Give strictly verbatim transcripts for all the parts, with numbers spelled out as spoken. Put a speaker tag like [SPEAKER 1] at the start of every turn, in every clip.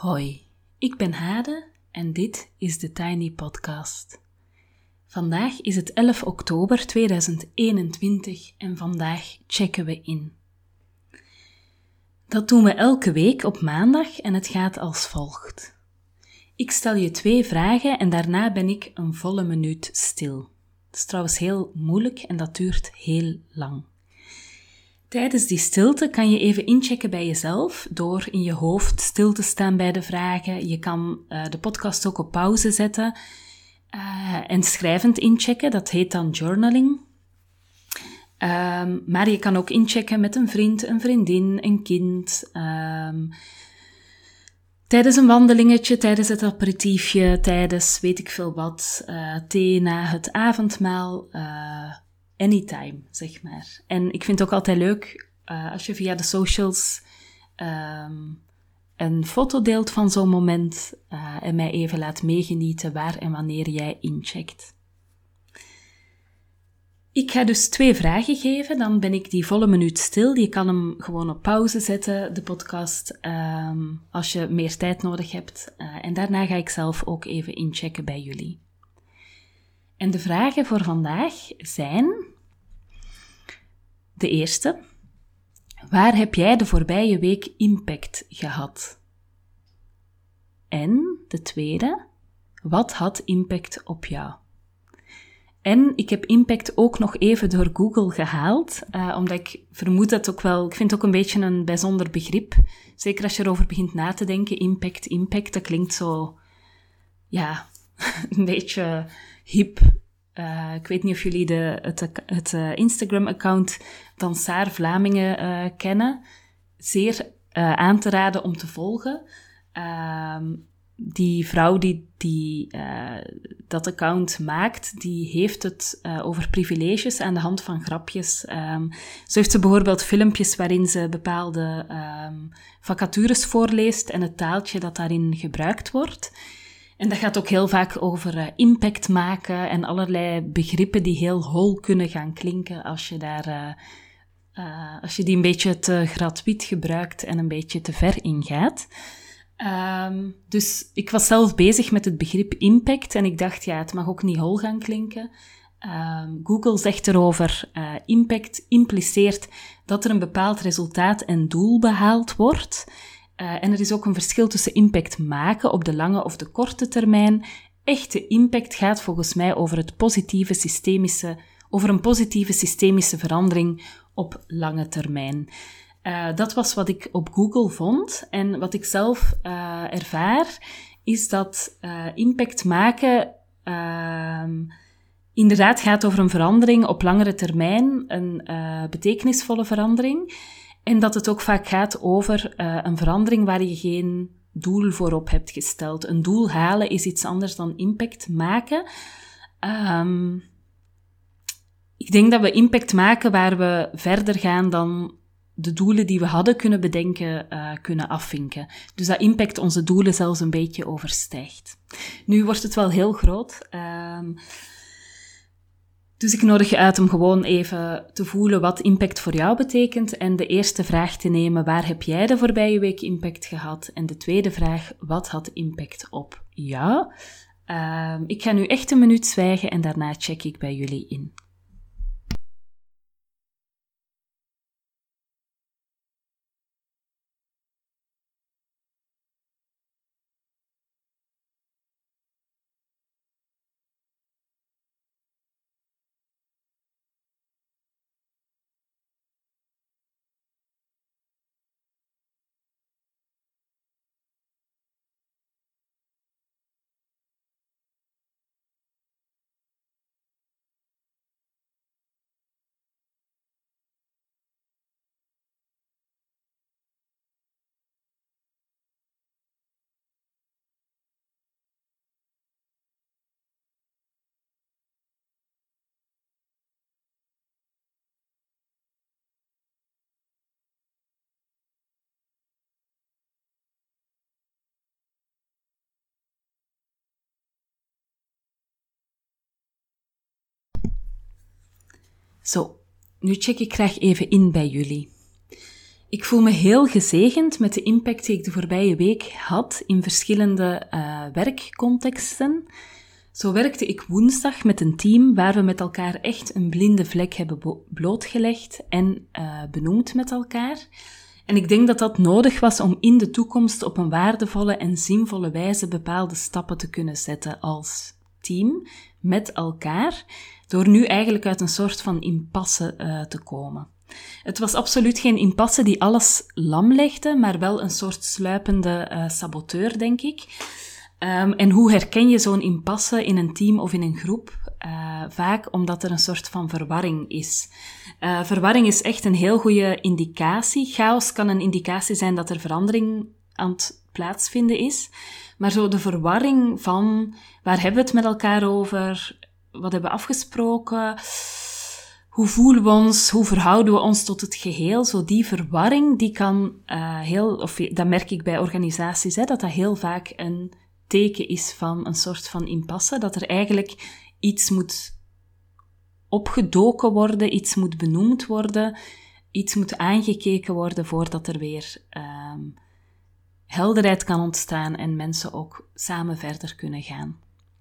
[SPEAKER 1] Hoi, ik ben Hade en dit is de Tiny Podcast. Vandaag is het elf oktober tweeduizend eenentwintig en vandaag checken we in. Dat doen we elke week op maandag en het gaat als volgt. Ik stel je twee vragen en daarna ben ik een volle minuut stil. Dat is trouwens heel moeilijk en dat duurt heel lang. Tijdens die stilte kan je even inchecken bij jezelf door in je hoofd stil te staan bij de vragen. Je kan uh, de podcast ook op pauze zetten uh, en schrijvend inchecken. Dat heet dan journaling. Um, maar je kan ook inchecken met een vriend, een vriendin, een kind. Um, tijdens een wandelingetje, tijdens het aperitiefje, tijdens weet ik veel wat, uh, thee na het avondmaal. Uh, Anytime, zeg maar. En ik vind het ook altijd leuk uh, als je via de socials um, een foto deelt van zo'n moment uh, en mij even laat meegenieten waar en wanneer jij incheckt. Ik ga dus twee vragen geven, dan ben ik die volle minuut stil. Je kan hem gewoon op pauze zetten, de podcast, um, als je meer tijd nodig hebt. Uh, en daarna ga ik zelf ook even inchecken bij jullie. En de vragen voor vandaag zijn... De eerste. Waar heb jij de voorbije week impact gehad? En de tweede. Wat had impact op jou? En ik heb impact ook nog even door Google gehaald, uh, omdat ik vermoed dat ook wel... Ik vind het ook een beetje een bijzonder begrip. Zeker als je erover begint na te denken. Impact, impact, dat klinkt zo... Ja, een beetje hip... Uh, ik weet niet of jullie de, het, het uh, Instagram-account Dansaar Vlamingen uh, kennen. Zeer uh, aan te raden om te volgen. Uh, die vrouw die, die uh, dat account maakt, die heeft het uh, over privileges aan de hand van grapjes. Um, zo heeft ze bijvoorbeeld filmpjes waarin ze bepaalde um, vacatures voorleest en het taaltje dat daarin gebruikt wordt. En dat gaat ook heel vaak over uh, impact maken en allerlei begrippen die heel hol kunnen gaan klinken als je, daar, uh, uh, als je die een beetje te gratuit gebruikt en een beetje te ver ingaat. Um, dus ik was zelf bezig met het begrip impact en ik dacht, ja, het mag ook niet hol gaan klinken. Um, Google zegt erover, uh, impact impliceert dat er een bepaald resultaat en doel behaald wordt... Uh, en er is ook een verschil tussen impact maken op de lange of de korte termijn. Echte impact gaat volgens mij over, het positieve systemische, over een positieve systemische verandering op lange termijn. Uh, dat was wat ik op Google vond. En wat ik zelf uh, ervaar, is dat uh, impact maken uh, inderdaad gaat over een verandering op langere termijn, een uh, betekenisvolle verandering. En dat het ook vaak gaat over uh, een verandering waar je geen doel voor op hebt gesteld. Een doel halen is iets anders dan impact maken. Um, ik denk dat we impact maken waar we verder gaan dan de doelen die we hadden kunnen bedenken, uh, kunnen afvinken. Dus dat impact onze doelen zelfs een beetje overstijgt. Nu wordt het wel heel groot. Um, Dus ik nodig je uit om gewoon even te voelen wat impact voor jou betekent en de eerste vraag te nemen, waar heb jij de voorbije week impact gehad? En de tweede vraag, wat had impact op jou? Uh, ik ga nu echt een minuut zwijgen en daarna check ik bij jullie in. Zo, nu check ik graag even in bij jullie. Ik voel me heel gezegend met de impact die ik de voorbije week had in verschillende uh, werkcontexten. Zo werkte ik woensdag met een team waar we met elkaar echt een blinde vlek hebben bo- blootgelegd en uh, benoemd met elkaar. En ik denk dat dat nodig was om in de toekomst op een waardevolle en zinvolle wijze bepaalde stappen te kunnen zetten als team met elkaar, door nu eigenlijk uit een soort van impasse uh, te komen. Het was absoluut geen impasse die alles lam legde, maar wel een soort sluipende uh, saboteur, denk ik. Um, en hoe herken je zo'n impasse in een team of in een groep? Uh, vaak omdat er een soort van verwarring is. Uh, verwarring is echt een heel goede indicatie. Chaos kan een indicatie zijn dat er verandering aan het plaatsvinden is. Maar zo de verwarring van, waar hebben we het met elkaar over? Wat hebben we afgesproken? Hoe voelen we ons? Hoe verhouden we ons tot het geheel? Zo die verwarring, die kan uh, heel, of dat merk ik bij organisaties, hè, dat dat heel vaak een teken is van een soort van impasse, dat er eigenlijk iets moet opgedoken worden, iets moet benoemd worden, iets moet aangekeken worden voordat er weer um, helderheid kan ontstaan en mensen ook samen verder kunnen gaan.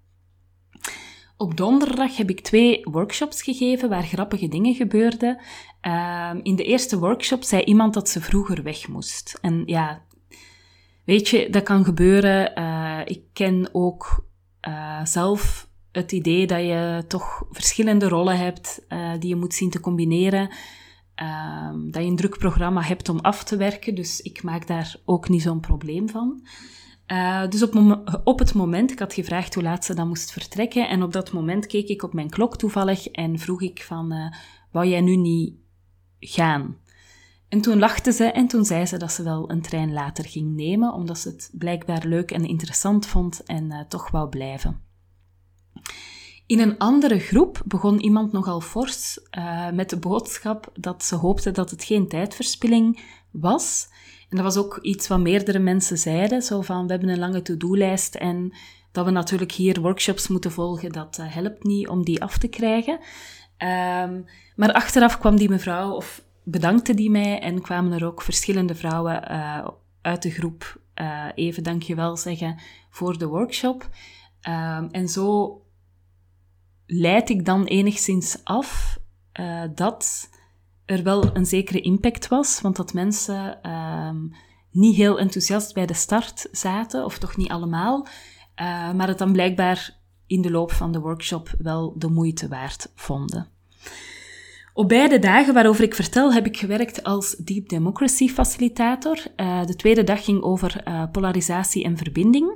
[SPEAKER 1] Op donderdag heb ik twee workshops gegeven waar grappige dingen gebeurden. Uh, in de eerste workshop zei iemand dat ze vroeger weg moest. En ja, weet je, dat kan gebeuren. Uh, ik ken ook uh, zelf het idee dat je toch verschillende rollen hebt uh, die je moet zien te combineren. Uh, dat je een druk programma hebt om af te werken, dus ik maak daar ook niet zo'n probleem van. Uh, dus op, mom- op het moment, ik had gevraagd hoe laat ze dan moest vertrekken, en op dat moment keek ik op mijn klok toevallig en vroeg ik van, uh, wou jij nu niet gaan? En toen lachte ze en toen zei ze dat ze wel een trein later ging nemen, omdat ze het blijkbaar leuk en interessant vond en uh, toch wou blijven. In een andere groep begon iemand nogal fors uh, met de boodschap dat ze hoopte dat het geen tijdverspilling was. En dat was ook iets wat meerdere mensen zeiden, zo van, we hebben een lange to-do-lijst en dat we natuurlijk hier workshops moeten volgen, dat uh, helpt niet om die af te krijgen. Um, maar achteraf kwam die mevrouw, of bedankte die mij, en kwamen er ook verschillende vrouwen uh, uit de groep uh, even dankjewel zeggen voor de workshop. Um, en zo leid ik dan enigszins af uh, dat er wel een zekere impact was, want dat mensen um, niet heel enthousiast bij de start zaten, of toch niet allemaal, uh, maar het dan blijkbaar in de loop van de workshop wel de moeite waard vonden. Op beide dagen waarover ik vertel, heb ik gewerkt als Deep Democracy facilitator. Uh, de tweede dag ging over uh, polarisatie en verbinding.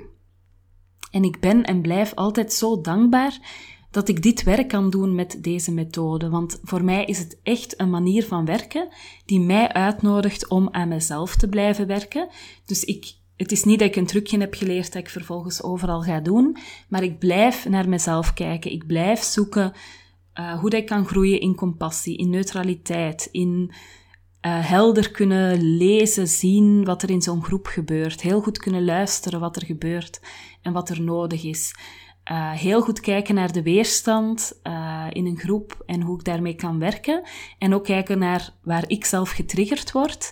[SPEAKER 1] En ik ben en blijf altijd zo dankbaar dat ik dit werk kan doen met deze methode. Want voor mij is het echt een manier van werken die mij uitnodigt om aan mezelf te blijven werken. Dus ik, het is niet dat ik een trucje heb geleerd dat ik vervolgens overal ga doen, maar ik blijf naar mezelf kijken. Ik blijf zoeken uh, hoe dat ik kan groeien in compassie, in neutraliteit, in uh, helder kunnen lezen, zien wat er in zo'n groep gebeurt. Heel goed kunnen luisteren wat er gebeurt en wat er nodig is. Uh, heel goed kijken naar de weerstand uh, in een groep en hoe ik daarmee kan werken. En ook kijken naar waar ik zelf getriggerd word.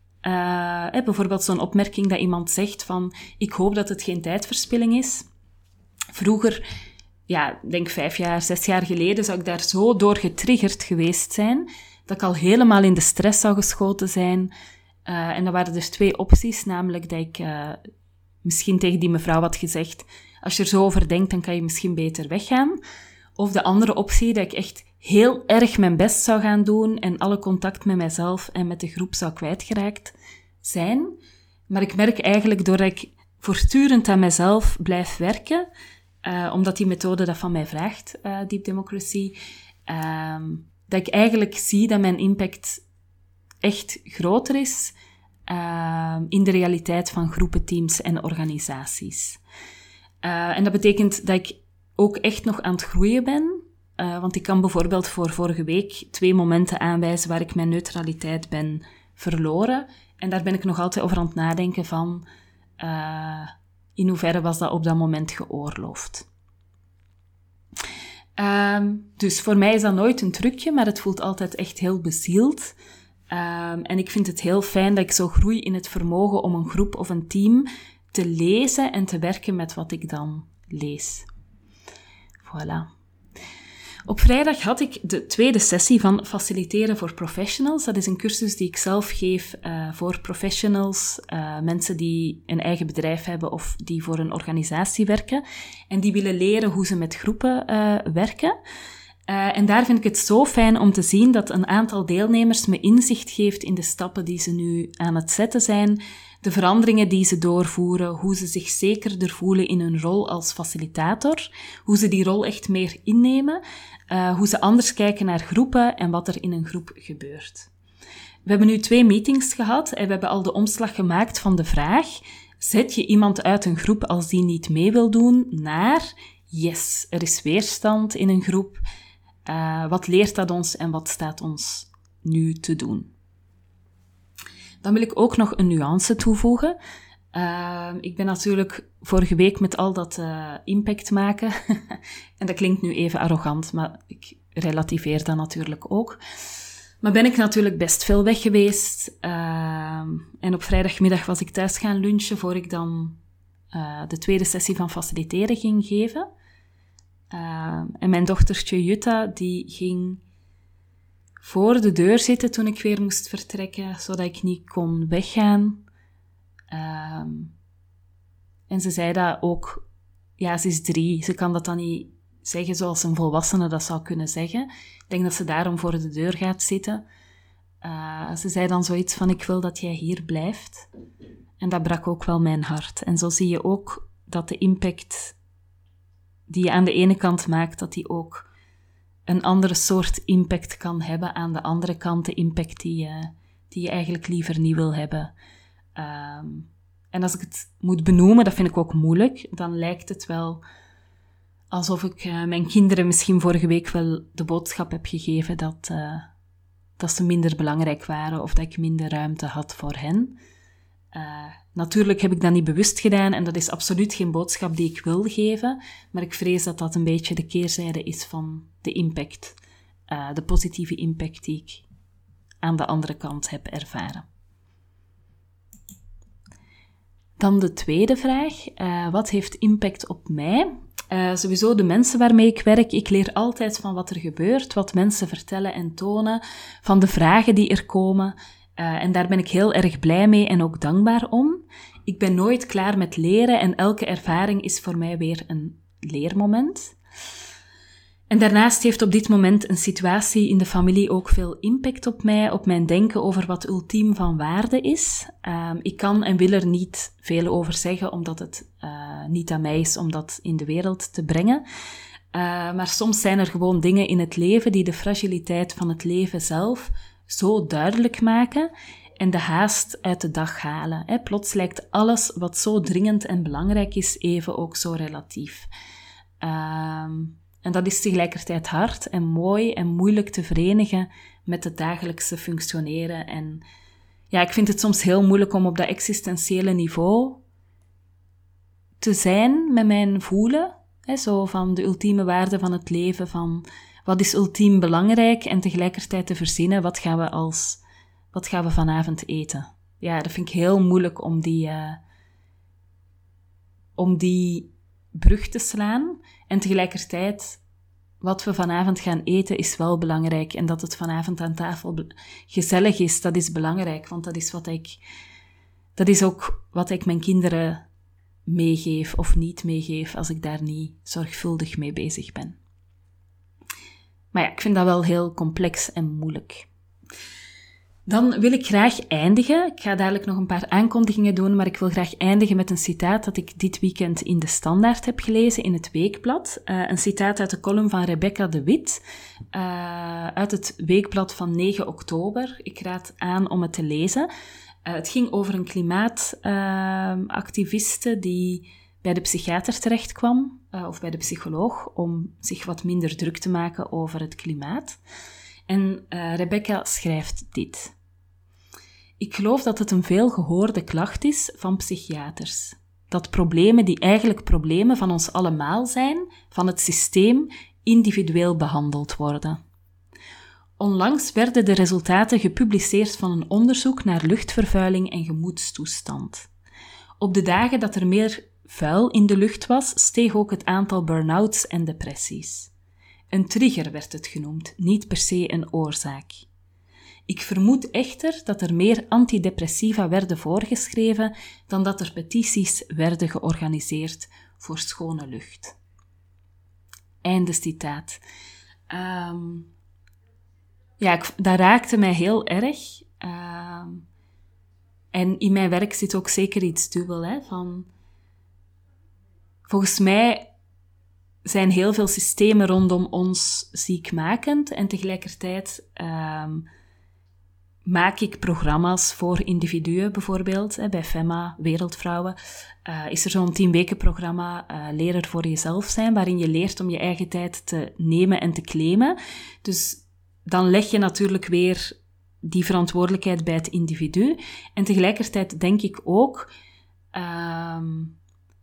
[SPEAKER 1] Uh, eh, bijvoorbeeld zo'n opmerking dat iemand zegt van, ik hoop dat het geen tijdverspilling is. Vroeger, ja, denk vijf jaar, zes jaar geleden, zou ik daar zo door getriggerd geweest zijn, dat ik al helemaal in de stress zou geschoten zijn. Uh, en dan waren er twee opties, namelijk dat ik uh, misschien tegen die mevrouw had gezegd, als je er zo over denkt, dan kan je misschien beter weggaan. Of de andere optie, dat ik echt heel erg mijn best zou gaan doen en alle contact met mijzelf en met de groep zou kwijtgeraakt zijn. Maar ik merk eigenlijk, doordat ik voortdurend aan mezelf blijf werken, uh, omdat die methode dat van mij vraagt, uh, Deep Democracy, uh, dat ik eigenlijk zie dat mijn impact echt groter is uh, in de realiteit van groepen, teams en organisaties. Uh, en dat betekent dat ik ook echt nog aan het groeien ben. Uh, want ik kan bijvoorbeeld voor vorige week twee momenten aanwijzen waar ik mijn neutraliteit ben verloren. En daar ben ik nog altijd over aan het nadenken van uh, in hoeverre was dat op dat moment geoorloofd. Uh, dus voor mij is dat nooit een trucje, maar het voelt altijd echt heel bezield. Um, en ik vind het heel fijn dat ik zo groei in het vermogen om een groep of een team te lezen en te werken met wat ik dan lees. Voilà. Op vrijdag had ik de tweede sessie van Faciliteren voor Professionals. Dat is een cursus die ik zelf geef uh, voor professionals, uh, mensen die een eigen bedrijf hebben of die voor een organisatie werken en die willen leren hoe ze met groepen uh, werken. Uh, en daar vind ik het zo fijn om te zien dat een aantal deelnemers me inzicht geeft in de stappen die ze nu aan het zetten zijn, de veranderingen die ze doorvoeren, hoe ze zich zekerder voelen in hun rol als facilitator, hoe ze die rol echt meer innemen, uh, hoe ze anders kijken naar groepen en wat er in een groep gebeurt. We hebben nu twee meetings gehad en we hebben al de omslag gemaakt van de vraag: zet je iemand uit een groep als die niet mee wil doen, naar yes, er is weerstand in een groep. Uh, wat leert dat ons en wat staat ons nu te doen? Dan wil ik ook nog een nuance toevoegen. Uh, ik ben natuurlijk vorige week met al dat uh, impact maken. En dat klinkt nu even arrogant, maar ik relativeer dat natuurlijk ook. Maar ben ik natuurlijk best veel weg geweest. Uh, en op vrijdagmiddag was ik thuis gaan lunchen voor ik dan uh, de tweede sessie van faciliteren ging geven. Uh, en mijn dochtertje Jutta, die ging voor de deur zitten toen ik weer moest vertrekken, zodat ik niet kon weggaan. Uh, en ze zei dat ook, ja, ze is drie, ze kan dat dan niet zeggen zoals een volwassene dat zou kunnen zeggen. Ik denk dat ze daarom voor de deur gaat zitten. Uh, ze zei dan zoiets van, ik wil dat jij hier blijft. En dat brak ook wel mijn hart. En zo zie je ook dat de impact die je aan de ene kant maakt, dat die ook een andere soort impact kan hebben aan de andere kant, de impact die je, die je eigenlijk liever niet wil hebben. Um, en als ik het moet benoemen, dat vind ik ook moeilijk, dan lijkt het wel alsof ik uh, mijn kinderen misschien vorige week wel de boodschap heb gegeven dat, uh, dat ze minder belangrijk waren of dat ik minder ruimte had voor hen. Uh, natuurlijk heb ik dat niet bewust gedaan en dat is absoluut geen boodschap die ik wil geven, maar ik vrees dat dat een beetje de keerzijde is van de impact, uh, de positieve impact die ik aan de andere kant heb ervaren. Dan de tweede vraag, uh, wat heeft impact op mij? Uh, sowieso de mensen waarmee ik werk. Ik leer altijd van wat er gebeurt, wat mensen vertellen en tonen, van de vragen die er komen. Uh, en daar ben ik heel erg blij mee en ook dankbaar om. Ik ben nooit klaar met leren en elke ervaring is voor mij weer een leermoment. En daarnaast heeft op dit moment een situatie in de familie ook veel impact op mij, op mijn denken over wat ultiem van waarde is. Uh, ik kan en wil er niet veel over zeggen, omdat het uh, niet aan mij is om dat in de wereld te brengen. Uh, maar soms zijn er gewoon dingen in het leven die de fragiliteit van het leven zelf zo duidelijk maken en de haast uit de dag halen. Hè. Plots lijkt alles wat zo dringend en belangrijk is even ook zo relatief. Uh, en dat is tegelijkertijd hard en mooi en moeilijk te verenigen met het dagelijkse functioneren. En ja, ik vind het soms heel moeilijk om op dat existentiële niveau te zijn met mijn voelen. Hè, zo van de ultieme waarde van het leven, van wat is ultiem belangrijk en tegelijkertijd te verzinnen, wat gaan we als, wat gaan we vanavond eten? Ja, dat vind ik heel moeilijk om die, uh, om die brug te slaan. En tegelijkertijd, wat we vanavond gaan eten is wel belangrijk. En dat het vanavond aan tafel be- gezellig is, dat is belangrijk. Want dat is wat ik, dat is ook wat ik mijn kinderen meegeef of niet meegeef als ik daar niet zorgvuldig mee bezig ben. Maar ja, ik vind dat wel heel complex en moeilijk. Dan wil ik graag eindigen. Ik ga dadelijk nog een paar aankondigingen doen, maar ik wil graag eindigen met een citaat dat ik dit weekend in de Standaard heb gelezen, in het Weekblad. Uh, een citaat uit de column van Rebecca de Wit, uh, uit het Weekblad van negen oktober. Ik raad aan om het te lezen. Uh, het ging over een klimaatactiviste uh, die bij de psychiater terecht kwam, uh, of bij de psycholoog, om zich wat minder druk te maken over het klimaat. En uh, Rebecca schrijft dit. Ik geloof dat het een veelgehoorde klacht is van psychiaters. Dat problemen die eigenlijk problemen van ons allemaal zijn, van het systeem, individueel behandeld worden. Onlangs werden de resultaten gepubliceerd van een onderzoek naar luchtvervuiling en gemoedstoestand. Op de dagen dat er meer vuil in de lucht was, steeg ook het aantal burn-outs en depressies. Een trigger werd het genoemd, niet per se een oorzaak. Ik vermoed echter dat er meer antidepressiva werden voorgeschreven dan dat er petities werden georganiseerd voor schone lucht. Einde citaat. Um, ja, ik, dat raakte mij heel erg. Um, en in mijn werk zit ook zeker iets dubbel, hè, van... Volgens mij zijn heel veel systemen rondom ons ziekmakend en tegelijkertijd um, maak ik programma's voor individuen bijvoorbeeld. Hè, bij Femma, Wereldvrouwen, uh, is er zo'n tien weken programma uh, Leren voor jezelf zijn, waarin je leert om je eigen tijd te nemen en te claimen. Dus dan leg je natuurlijk weer die verantwoordelijkheid bij het individu. En tegelijkertijd denk ik ook... Um,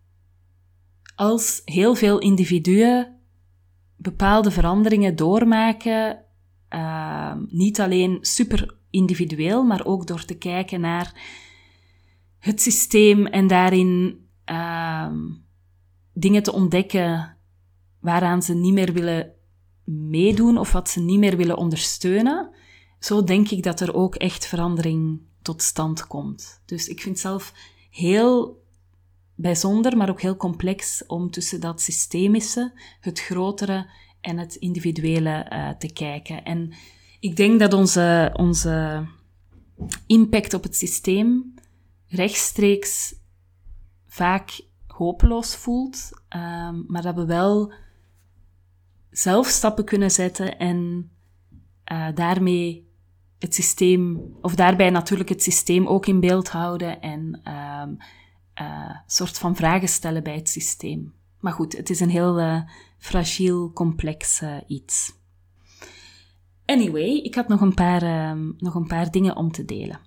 [SPEAKER 1] Als heel veel individuen bepaalde veranderingen doormaken, uh, niet alleen super individueel, maar ook door te kijken naar het systeem en daarin uh, dingen te ontdekken waaraan ze niet meer willen meedoen of wat ze niet meer willen ondersteunen. Zo denk ik dat er ook echt verandering tot stand komt. Dus ik vind zelf heel... bijzonder, maar ook heel complex om tussen dat systemische, het grotere en het individuele uh, te kijken. En ik denk dat onze, onze impact op het systeem rechtstreeks vaak hopeloos voelt, um, maar dat we wel zelf stappen kunnen zetten en uh, daarmee het systeem, of daarbij natuurlijk het systeem ook in beeld houden en um, Uh, soort van vragen stellen bij het systeem. Maar goed, het is een heel uh, fragiel, complex uh, iets. Anyway, ik had nog een, paar, uh, nog een paar dingen om te delen.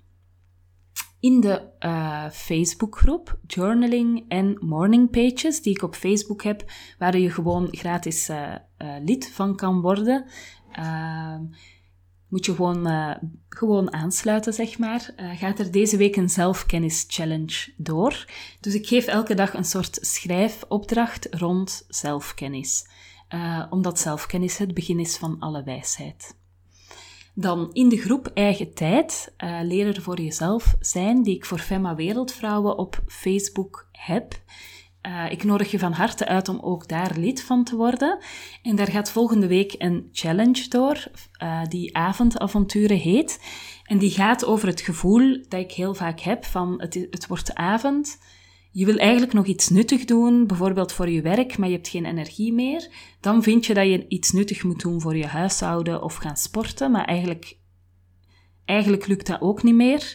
[SPEAKER 1] In de uh, Facebookgroep Journaling en Morning Pages, die ik op Facebook heb, waar je gewoon gratis uh, uh, lid van kan worden... Uh, moet je gewoon, uh, gewoon aansluiten, zeg maar. Uh, gaat er deze week een zelfkennis-challenge door. Dus ik geef elke dag een soort schrijfopdracht rond zelfkennis. Uh, omdat zelfkennis het begin is van alle wijsheid. Dan in de groep Eigen Tijd, uh, leren voor jezelf zijn, die ik voor Femma Wereldvrouwen op Facebook heb. Uh, ik nodig je van harte uit om ook daar lid van te worden. En daar gaat volgende week een challenge door, uh, die Avondavonturen heet. En die gaat over het gevoel dat ik heel vaak heb van het, het wordt avond. Je wil eigenlijk nog iets nuttig doen, bijvoorbeeld voor je werk, maar je hebt geen energie meer. Dan vind je dat je iets nuttig moet doen voor je huishouden of gaan sporten, maar eigenlijk, eigenlijk lukt dat ook niet meer.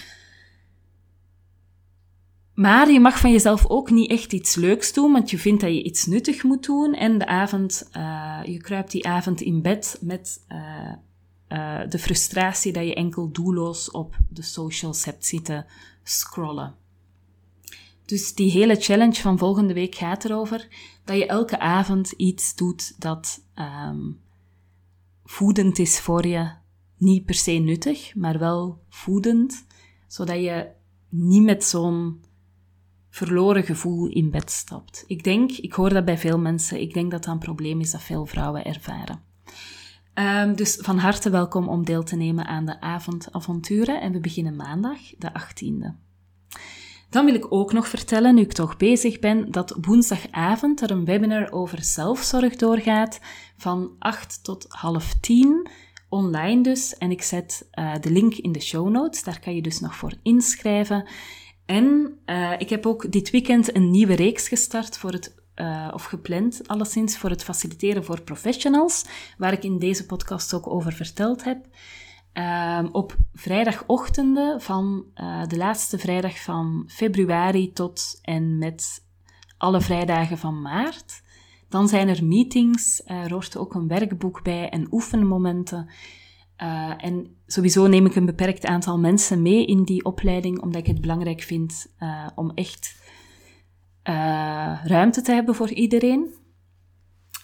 [SPEAKER 1] Maar je mag van jezelf ook niet echt iets leuks doen, want je vindt dat je iets nuttig moet doen. En de avond, uh, je kruipt die avond in bed met uh, uh, de frustratie dat je enkel doelloos op de socials hebt zitten scrollen. Dus die hele challenge van volgende week gaat erover dat je elke avond iets doet dat um, voedend is voor je. Niet per se nuttig, maar wel voedend, zodat je niet met zo'n verloren gevoel in bed stapt. Ik denk, ik hoor dat bij veel mensen, ik denk dat dat een probleem is dat veel vrouwen ervaren. Um, dus van harte welkom om deel te nemen aan de avondavonturen en we beginnen maandag, de achttiende. Dan wil ik ook nog vertellen, nu ik toch bezig ben, dat woensdagavond er een webinar over zelfzorg doorgaat van acht tot half tien, online dus. En ik zet uh, de link in de show notes, daar kan je dus nog voor inschrijven. En uh, ik heb ook dit weekend een nieuwe reeks gestart voor het, uh, of gepland alleszins, voor het faciliteren voor professionals, waar ik in deze podcast ook over verteld heb. Uh, op vrijdagochtenden van uh, de laatste vrijdag van februari tot en met alle vrijdagen van maart. Dan zijn er meetings, uh, er hoort ook een werkboek bij en oefenmomenten. Uh, en sowieso neem ik een beperkt aantal mensen mee in die opleiding, omdat ik het belangrijk vind uh, om echt uh, ruimte te hebben voor iedereen.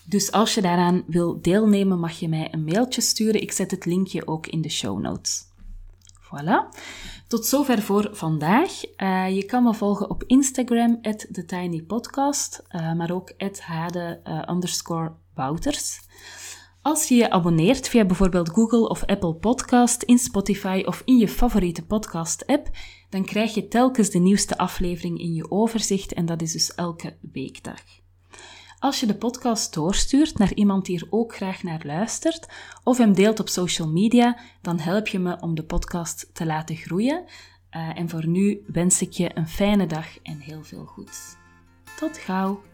[SPEAKER 1] Dus als je daaraan wil deelnemen, mag je mij een mailtje sturen. Ik zet het linkje ook in de show notes. Voilà. Tot zover voor vandaag. Uh, je kan me volgen op Instagram, at thetinypodcast, uh, maar ook at hade uh, underscore wouters. Als je je abonneert via bijvoorbeeld Google of Apple Podcast, in Spotify of in je favoriete podcast-app, dan krijg je telkens de nieuwste aflevering in je overzicht en dat is dus elke weekdag. Als je de podcast doorstuurt naar iemand die er ook graag naar luistert of hem deelt op social media, dan help je me om de podcast te laten groeien. Uh, en voor nu wens ik je een fijne dag en heel veel goeds. Tot gauw!